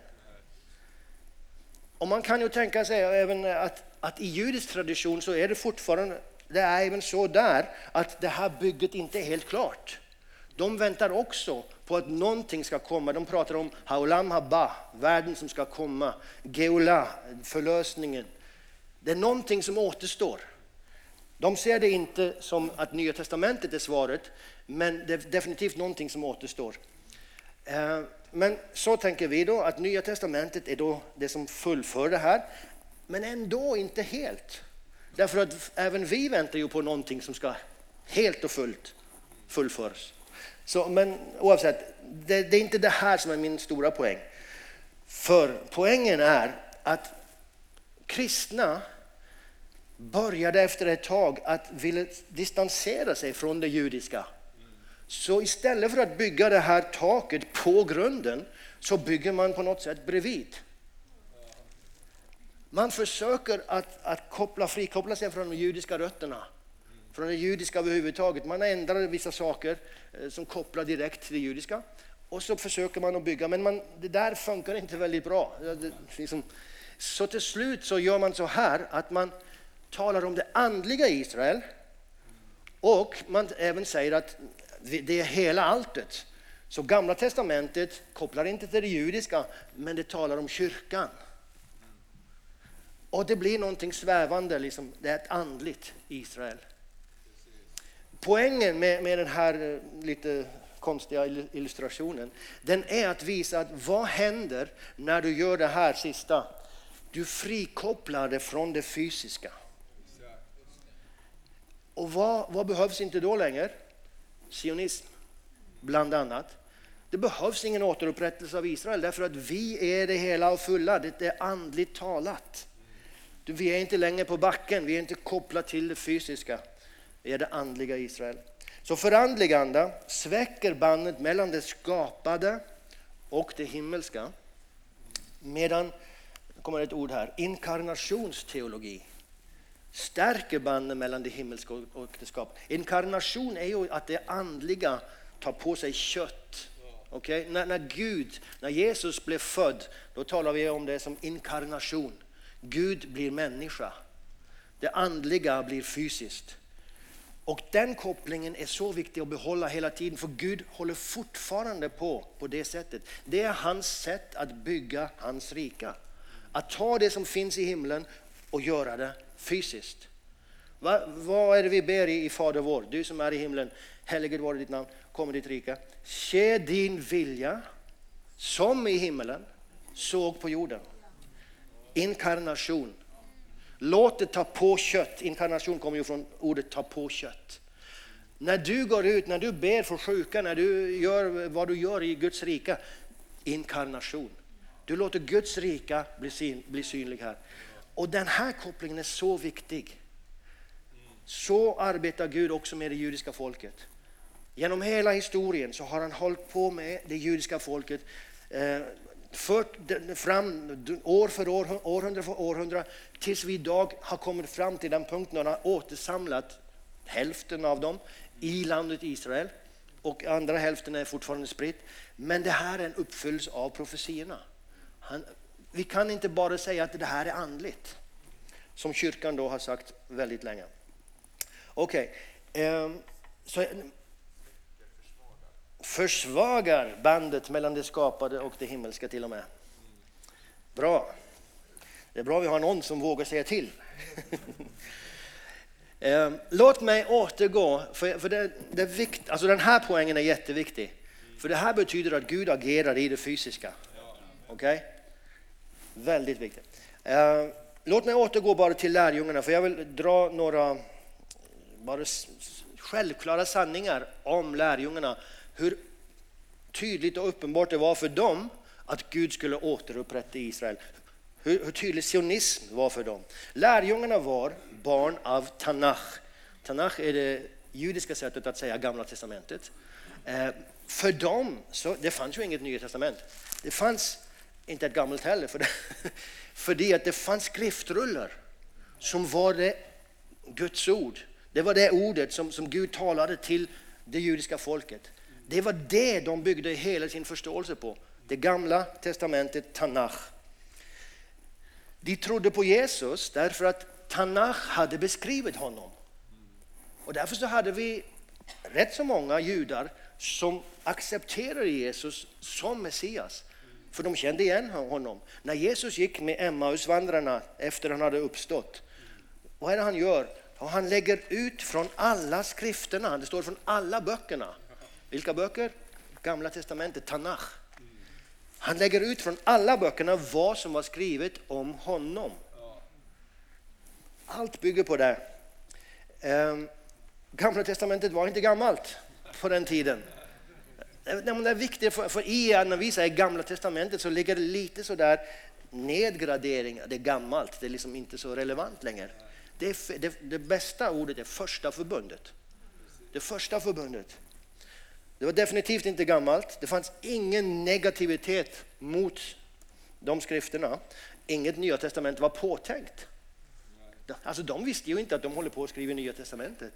Och man kan ju tänka sig även att, att i judisk tradition så är det fortfarande, det är även så där att det här bygget inte är helt klart. De väntar också på att någonting ska komma. De pratar om Haolam Haba, världen som ska komma. Geula, förlösningen. Det är någonting som återstår. De ser det inte som att Nya testamentet är svaret, men det är definitivt någonting som återstår. Men så tänker vi då att Nya testamentet är då det som fullför det här, men ändå inte helt. Därför att även vi väntar ju på någonting som ska helt och fullt fullföras. Så, men oavsett, det, det är inte det här som är min stora poäng. För poängen är att kristna började efter ett tag att vilja distansera sig från det judiska. Så istället för att bygga det här taket på grunden så bygger man på något sätt bredvid. Man försöker att, att koppla, frikoppla sig från de judiska rötterna. Från det judiska överhuvudtaget. Man ändrar vissa saker som kopplar direkt till det judiska. Och så försöker man att bygga. Men man, det där funkar inte väldigt bra. Det, liksom. Så till slut så gör man så här att man talar om det andliga Israel. Och man även säger att det är hela alltet. Så Gamla testamentet kopplar inte till det judiska, men det talar om kyrkan. Och det blir någonting svävande, liksom. Det är ett andligt Israel. Poängen med, med den här lite konstiga illustrationen, den är att visa att vad händer när du gör det här sista? Du frikopplar det från det fysiska. Och vad, vad behövs inte då längre? Sionism, bland annat. Det behövs ingen återupprättelse av Israel därför att vi är det hela och fulla. Det är andligt talat. Vi är inte längre på backen, vi är inte kopplade till det fysiska. Vi är det andliga Israel. Så förandligande sväcker bandet mellan det skapade och det himmelska. Medan, det kommer ett ord här, inkarnationsteologi stärker banden mellan det himmelska och det skapade. Inkarnation är ju att det andliga tar på sig kött. Okay? När, när Gud, när Jesus blev född, då talar vi om det som inkarnation. Gud blir människa. Det andliga blir fysiskt. Och den kopplingen är så viktig att behålla hela tiden, för Gud håller fortfarande på på det sättet. Det är hans sätt att bygga hans rika. Att ta det som finns i himlen och göra det fysiskt. Va, vad är det vi ber i, i Fader vår? Du som är i himlen, helgad vare ditt namn, kommer ditt rika. Ske din vilja som i himlen, så på jorden. Inkarnation. Låt det ta på kött. Inkarnation kommer ju från ordet ta på kött. När du går ut, när du ber för sjuka, när du gör vad du gör i Guds rika. Inkarnation. Du låter Guds rika bli, syn, bli synlig här. Och den här kopplingen är så viktig. Så arbetar Gud också med det judiska folket. Genom hela historien så har han hållit på med det judiska folket. Eh, fört fram år för år, århundrade för århundrade, tills vi idag har kommit fram till den punkten och har återsamlat hälften av dem i landet Israel, och andra hälften är fortfarande spritt. Men det här är en uppfyllelse av profetierna. Han, vi kan inte bara säga att det här är andligt, som kyrkan då har sagt väldigt länge. Okej, okay. eh, så försvagar bandet mellan det skapade och det himmelska till och med. Bra. Det är bra vi har någon som vågar säga till. eh, låt mig återgå, för, för det, det är vikt, alltså den här poängen är jätteviktig. För det här betyder att Gud agerar i det fysiska. Okej? Okay? Väldigt viktigt. Eh, låt mig återgå bara till lärjungarna, för jag vill dra några bara självklara sanningar om lärjungarna. Hur tydligt och uppenbart det var för dem att Gud skulle återupprätta Israel. Hur, hur tydlig sionism var för dem. Lärjungarna var barn av Tanach. Tanach är det judiska sättet att säga Gamla testamentet. Eh, för dem, så, det fanns ju inget Nya testament. Det fanns inte ett gammalt heller. För det, för att det fanns skriftrullar som var det Guds ord. Det var det ordet som, som Gud talade till det judiska folket. Det var det de byggde hela sin förståelse på. Det gamla testamentet, Tanach. De trodde på Jesus därför att Tanach hade beskrivit honom. Och därför så hade vi rätt så många judar som accepterade Jesus som Messias. För de kände igen honom. När Jesus gick med Emmausvandrarna efter han hade uppstått. Vad är det han gör? Och han lägger ut från alla skrifterna. Det står från alla böckerna. Vilka böcker? Gamla testamentet, Tanach. Han lägger ut från alla böckerna vad som var skrivet om honom. Allt bygger på det. Gamla testamentet var inte gammalt på den tiden. Det är viktigt för, för er, när vi säger Gamla testamentet så ligger det lite så där nedgradering. Det är gammalt, det är liksom inte så relevant längre. Det, är, det, det bästa ordet är första förbundet. Det första förbundet. Det var definitivt inte gammalt. Det fanns ingen negativitet mot de skrifterna. Inget Nya testament var påtänkt. Alltså de visste ju inte att de håller på att skriva Nya testamentet.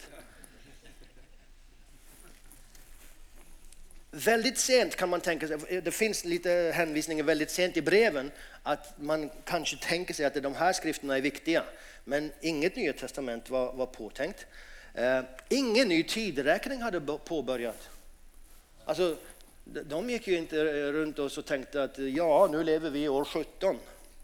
Väldigt sent kan man tänka sig, det finns lite hänvisningar väldigt sent i breven att man kanske tänker sig att de här skrifterna är viktiga. Men inget Nya testament var, var påtänkt. Eh, ingen ny tideräkning hade påbörjat. Alltså, de gick ju inte runt och så tänkte att ja, nu lever vi i år sjutton.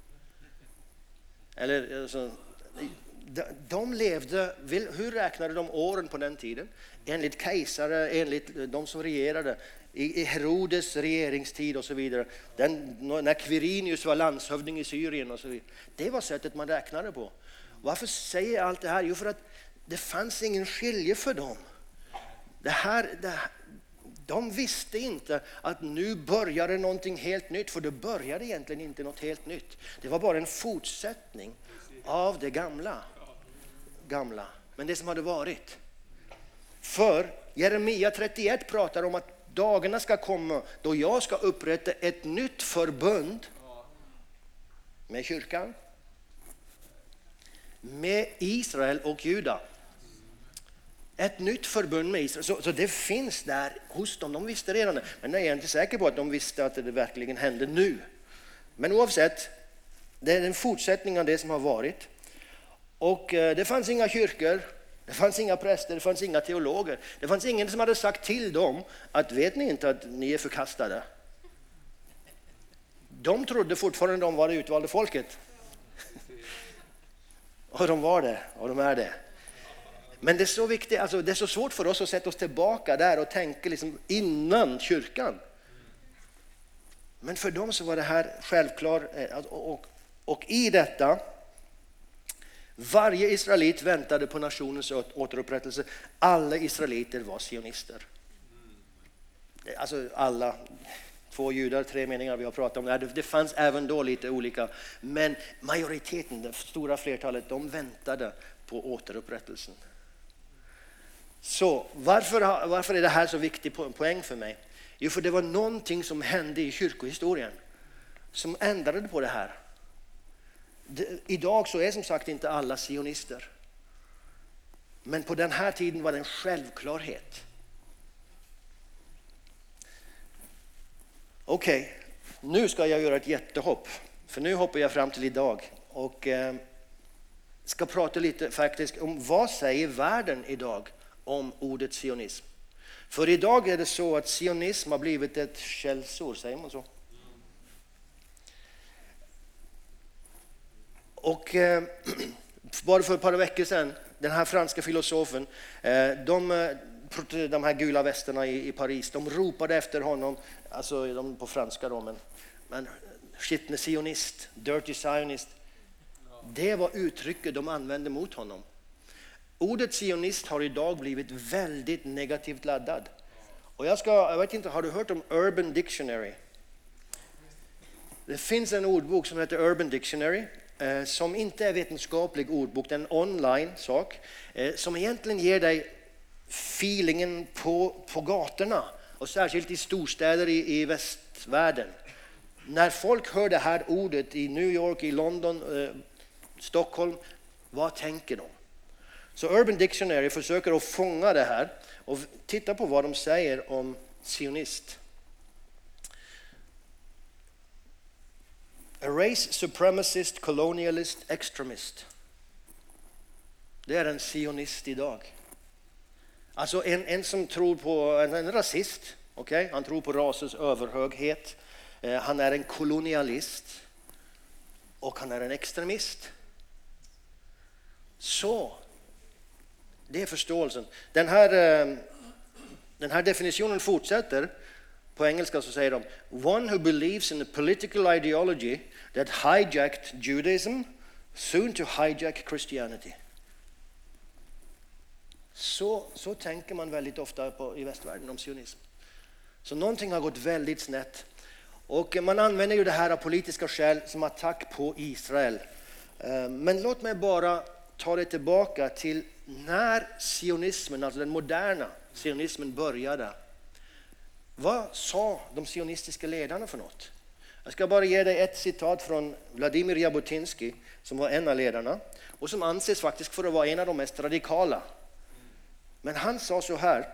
Eller alltså, de, de levde, hur räknade de åren på den tiden? Enligt kejsare, enligt de som regerade i Herodes regeringstid och så vidare. Den, när Quirinius var landshövding i Syrien och så vidare. Det var sättet man räknade på. Varför säger jag allt det här? Jo, för att det fanns ingen skilje för dem. Det här, det här, de visste inte att nu började någonting helt nytt, för det började egentligen inte något helt nytt. Det var bara en fortsättning av det gamla. gamla. Men det som hade varit. För Jeremia trettioett pratar om att dagarna ska komma då jag ska upprätta ett nytt förbund med kyrkan, med Israel och Juda. Ett nytt förbund med Israel. Så, så det finns där hos dem. De visste redan det. Men jag är inte säker på att de visste att det verkligen hände nu. Men oavsett, det är en fortsättning av det som har varit. Och eh, det fanns inga kyrkor, det fanns inga präster, det fanns inga teologer. Det fanns ingen som hade sagt till dem att vet ni inte att ni är förkastade? De trodde fortfarande de var det utvalda folket. Och de var det, och de är det. Men det är så viktigt, alltså det är så svårt för oss att sätta oss tillbaka där och tänka liksom innan kyrkan. Men för dem så var det här självklart, och, och, och i detta, varje israelit väntade på nationens återupprättelse. Alla israeliter var sionister. Alltså alla, två judar, tre meningar vi har pratat om det här. Det fanns även då lite olika, men majoriteten, det stora flertalet, de väntade på återupprättelsen. Så varför, varför är det här så viktig poäng för mig? Jo, för det var någonting som hände i kyrkohistorien som ändrade på det här. Det, idag så är som sagt inte alla sionister. Men på den här tiden var det en självklarhet. Okej, okay, nu ska jag göra ett jättehopp. För nu hoppar jag fram till idag. Och eh, ska prata lite faktiskt om vad säger världen idag om ordet sionism. För idag är det så att sionism har blivit ett skällsord, säger man så? Och eh, bara för ett par veckor sedan, den här franska filosofen, eh, de, de här gula västerna i, i Paris, de ropade efter honom, alltså de på franska då, men, men skitne sionist, dirty zionist. Det var uttrycket de använde mot honom. Ordet sionist har idag blivit väldigt negativt laddad. Och jag ska, jag vet inte, har du hört om Urban Dictionary? Det finns en ordbok som heter Urban Dictionary, eh, som inte är vetenskaplig ordbok, det är en online sak, eh, som egentligen ger dig feelingen på, på gatorna, och särskilt i storstäder i, i västvärlden. När folk hör det här ordet i New York, i London, eh, Stockholm, vad tänker de? Så Urban Dictionary försöker att fånga det här och titta på vad de säger om sionist. A race supremacist, colonialist, extremist. Det är en sionist idag. Alltså en, en som tror på, en, en rasist, okay? Han tror på rasens överhöghet. Eh, han är en kolonialist och han är en extremist. Så det är förståelsen. Den här, den här definitionen fortsätter. På engelska så säger de: one who believes in a political ideology that hijacked Judaism, soon to hijack Christianity. Så, så tänker man väldigt ofta på, i västvärlden om sionism. Så någonting har gått väldigt snett. Och man använder ju det här av politiska skäl som attack på Israel. Men låt mig bara ta det tillbaka till när sionismen, alltså den moderna sionismen, började. Vad sa de sionistiska ledarna för något? Jag ska bara ge dig ett citat från Vladimir Jabotinsky, som var en av ledarna och som anses faktiskt för att vara en av de mest radikala. Men han sa så här: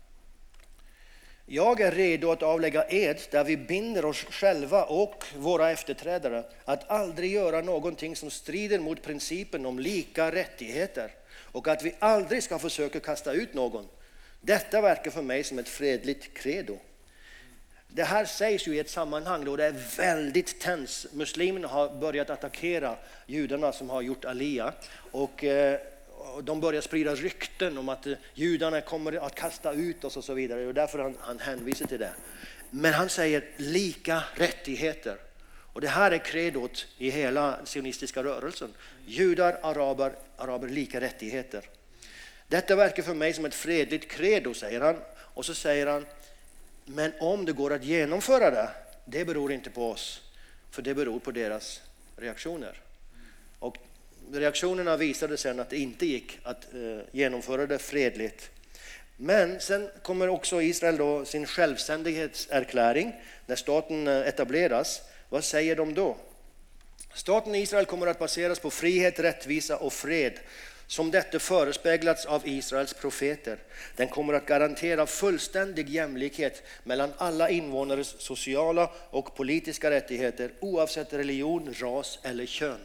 jag är redo att avlägga ed där vi binder oss själva och våra efterträdare att aldrig göra någonting som strider mot principen om lika rättigheter, och att vi aldrig ska försöka kasta ut någon. Detta verkar för mig som ett fredligt credo. Det här sägs ju i ett sammanhang då det är väldigt tens. Muslimerna har börjat attackera judarna som har gjort alia, och eh, de börjar sprida rykten om att judarna kommer att kasta ut oss och så vidare, och därför han, han hänvisar till det. Men han säger lika rättigheter, och det här är kredot i hela sionistiska rörelsen. Judar, araber, araber, lika rättigheter. Detta verkar för mig som ett fredligt credo, säger han. Och så säger han, men om det går att genomföra det, det beror inte på oss. För det beror på deras reaktioner. Och reaktionerna visade sen att det inte gick att eh, genomföra det fredligt. Men sen kommer också Israel då sin självständighetserkläring när staten etableras. Vad säger de då? Staten Israel kommer att baseras på frihet, rättvisa och fred, som detta förespeglats av Israels profeter. Den kommer att garantera fullständig jämlikhet mellan alla invånares sociala och politiska rättigheter oavsett religion, ras eller kön.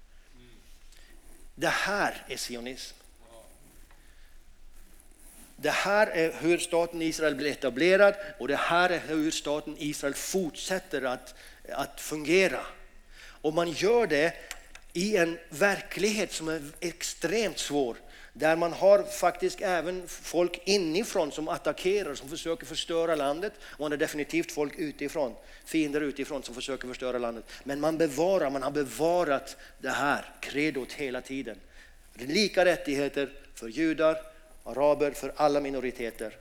Det här är sionism. Det här är hur staten Israel blir etablerad, och det här är hur staten Israel fortsätter att, att fungera. Och man gör det i en verklighet som är extremt svår, där man har faktiskt även folk inifrån som attackerar, som försöker förstöra landet, och man har definitivt folk utifrån, fiender utifrån som försöker förstöra landet. Men man bevarar, man har bevarat det här kredot hela tiden. Lika rättigheter för judar, araber, för alla minoriteter.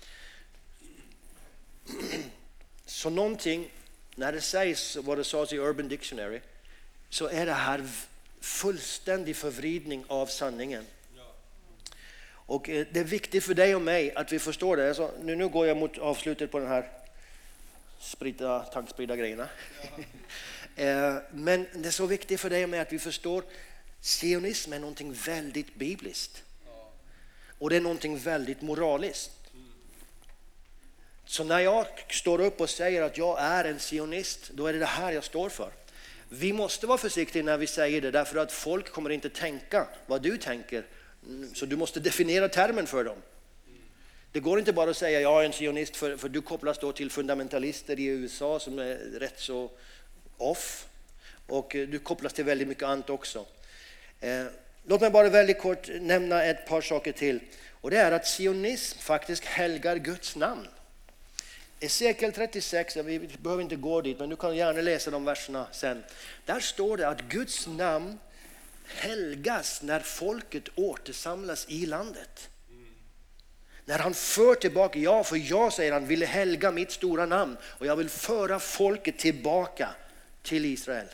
Så någonting, när det sägs vad det sades i Urban Dictionary, så är det här fullständig förvridning av sanningen. Och det är viktigt för dig och mig att vi förstår det. Alltså, nu, nu går jag mot avslutet på den här sprida, tanksprida grejerna. Ja. Men det är så viktigt för dig och mig att vi förstår sionism är någonting väldigt bibliskt. Ja. Och det är någonting väldigt moraliskt. Mm. Så när jag står upp och säger att jag är en sionist, då är det det här jag står för. Vi måste vara försiktiga när vi säger det, därför att folk kommer inte tänka vad du tänker. Så du måste definiera termen för dem. Det går inte bara att säga jag är en sionist, för, för du kopplas då till fundamentalister i U S A som är rätt så off. Och du kopplas till väldigt mycket annat också. Eh, låt mig bara väldigt kort nämna ett par saker till. Och det är att sionism faktiskt helgar Guds namn. Esekiel trettiosex, vi behöver inte gå dit, men du kan gärna läsa de verserna sen. Där står det att Guds namn helgas när folket återsamlas i landet. Mm. När han för tillbaka, ja för jag, säger han, ville helga mitt stora namn och jag vill föra folket tillbaka till Israel.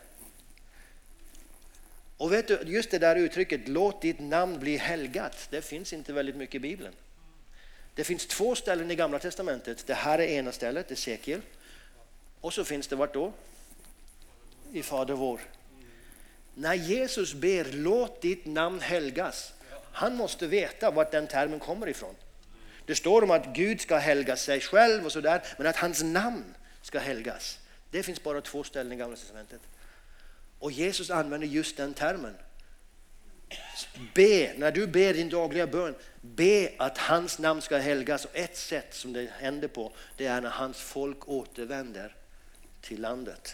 Och vet du, just det där uttrycket, låt ditt namn bli helgat, det finns inte väldigt mycket i Bibeln. Det finns två ställen i Gamla testamentet. Det här är ena stället, Esekiel. Och så finns det vart då? I Fader vår. När Jesus ber, låt ditt namn helgas. Han måste veta vart den termen kommer ifrån. Det står om att Gud ska helga sig själv och sådär. Men att hans namn ska helgas. Det finns bara två ställen i Gamla testamentet. Och Jesus använder just den termen. Be, när du ber din dagliga bön, be att hans namn ska helgas. Och ett sätt som det händer på, det är när hans folk återvänder till landet.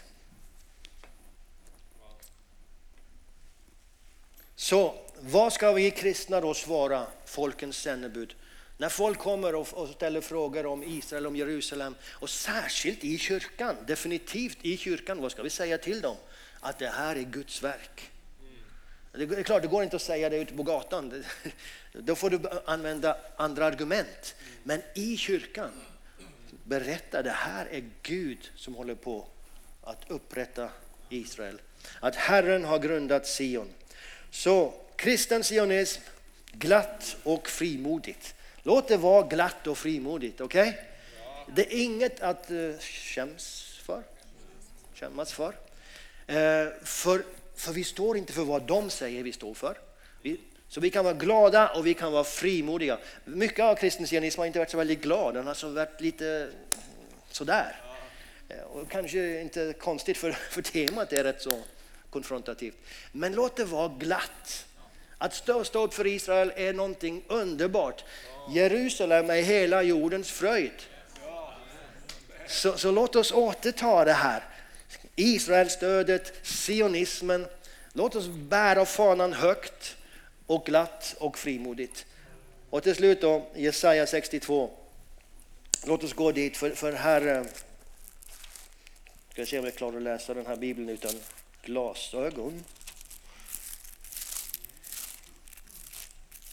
Så vad ska vi kristna då svara folkens sändebud? När folk kommer och ställer frågor om Israel, om Jerusalem, och särskilt i kyrkan, definitivt i kyrkan, vad ska vi säga till dem? Att det här är Guds verk. Det är klart, det går inte att säga det ute på gatan. Då får du använda andra argument. Men i kyrkan, berätta, det här är Gud som håller på att upprätta Israel. Att Herren har grundat Sion. Så kristen sionism, glatt och frimodigt. Låt det vara glatt och frimodigt, okej? Okay? Det är inget att uh, skäms för. Skämmas för. Uh, för. För vi står inte för vad de säger vi står för. Vi, så vi kan vara glada och vi kan vara frimodiga. Mycket av kristen sionism har inte varit så väldigt glad. Den har så varit lite sådär. Och kanske inte konstigt, för, för temat är rätt så konfrontativt. Men låt det vara glatt. Att stå, stå upp för Israel är någonting underbart. Jerusalem är hela jordens fröjd. Så, så låt oss återta det här. Israelstödet, sionismen. Låt oss bära fanan högt och glatt och frimodigt. Och till slut då, Jesaja sextiotvå. Låt oss gå dit, för, för här ska jag se om jag klarar att läsa den här bibeln utan glasögon.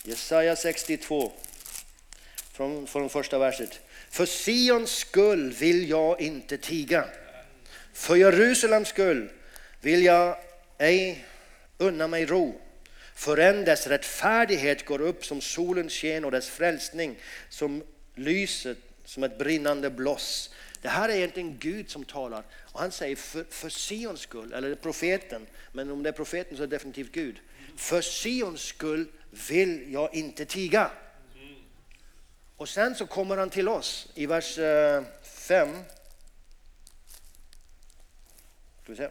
Jesaja sextiotvå. Från, från första verset. För Sions skull vill jag inte tiga. För Jerusalems skull vill jag ej unna mig ro. Förrän dess rättfärdighet går upp som solens sken och dess frälsning som lyset som ett brinnande bloss. Det här är egentligen Gud som talar. Och han säger för, för Sions skull, eller profeten. Men om det är profeten så är det definitivt Gud. För Sions skull vill jag inte tiga. Och sen så kommer han till oss i vers fem. Ska vi se.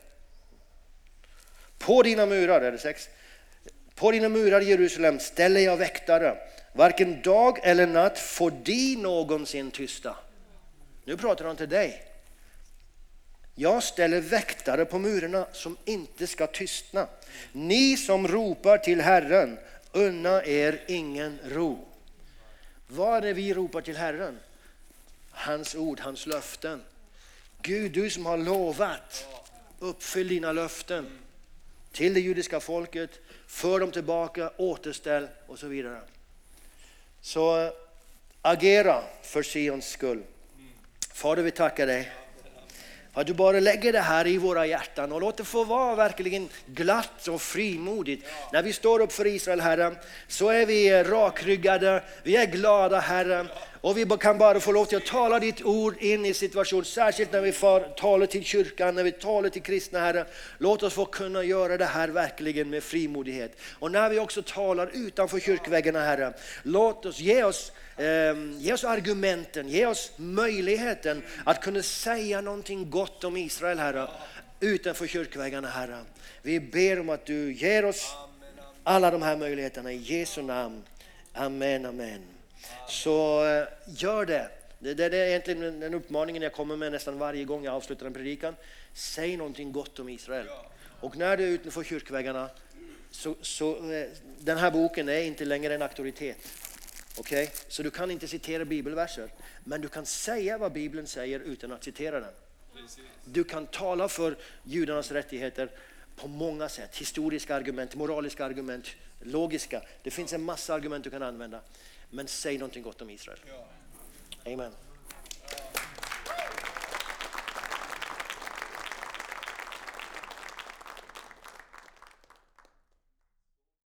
På dina murar, är det sex. På dina murar Jerusalem ställer jag väktare. Varken dag eller natt får de någonsin tysta. Nu pratar han till dig. Jag ställer väktare på murarna som inte ska tystna. Ni som ropar till Herren, unna er ingen ro. Vad är det vi ropar till Herren? Hans ord, hans löften. Gud, du som har lovat, uppfyll dina löften till det judiska folket, för dem tillbaka, återställ och så vidare. Så agera för Sions skull. Fader, vi tackar dig att du bara lägger det här i våra hjärtan och låt det få vara verkligen glatt och frimodigt. När vi står upp för Israel, Herre, så är vi rakryggade, vi är glada, Herre. Och vi kan bara få lov till att tala ditt ord in i situationen, särskilt när vi får tala till kyrkan, när vi talar till kristna, Herre. Låt oss få kunna göra det här verkligen med frimodighet. Och när vi också talar utanför kyrkväggarna, Herre, låt oss ge oss, eh, ge oss argumenten, ge oss möjligheten att kunna säga någonting gott om Israel, Herre, utanför kyrkväggarna, Herre. Vi ber om att du ger oss alla de här möjligheterna i Jesu namn. Amen, amen. Så uh, gör det. det. Det är egentligen den uppmaningen jag kommer med nästan varje gång jag avslutar en predikan. Säg någonting gott om Israel. Och när du är utanför kyrkväggarna så, så uh, den här boken är inte längre en auktoritet. Okej? Okay? Så du kan inte citera bibelverser. Men du kan säga vad Bibeln säger utan att citera den. Du kan tala för judarnas rättigheter på många sätt. Historiska argument, moraliska argument, logiska. Det finns en massa argument du kan använda. Men säg någonting gott om Israel. Amen.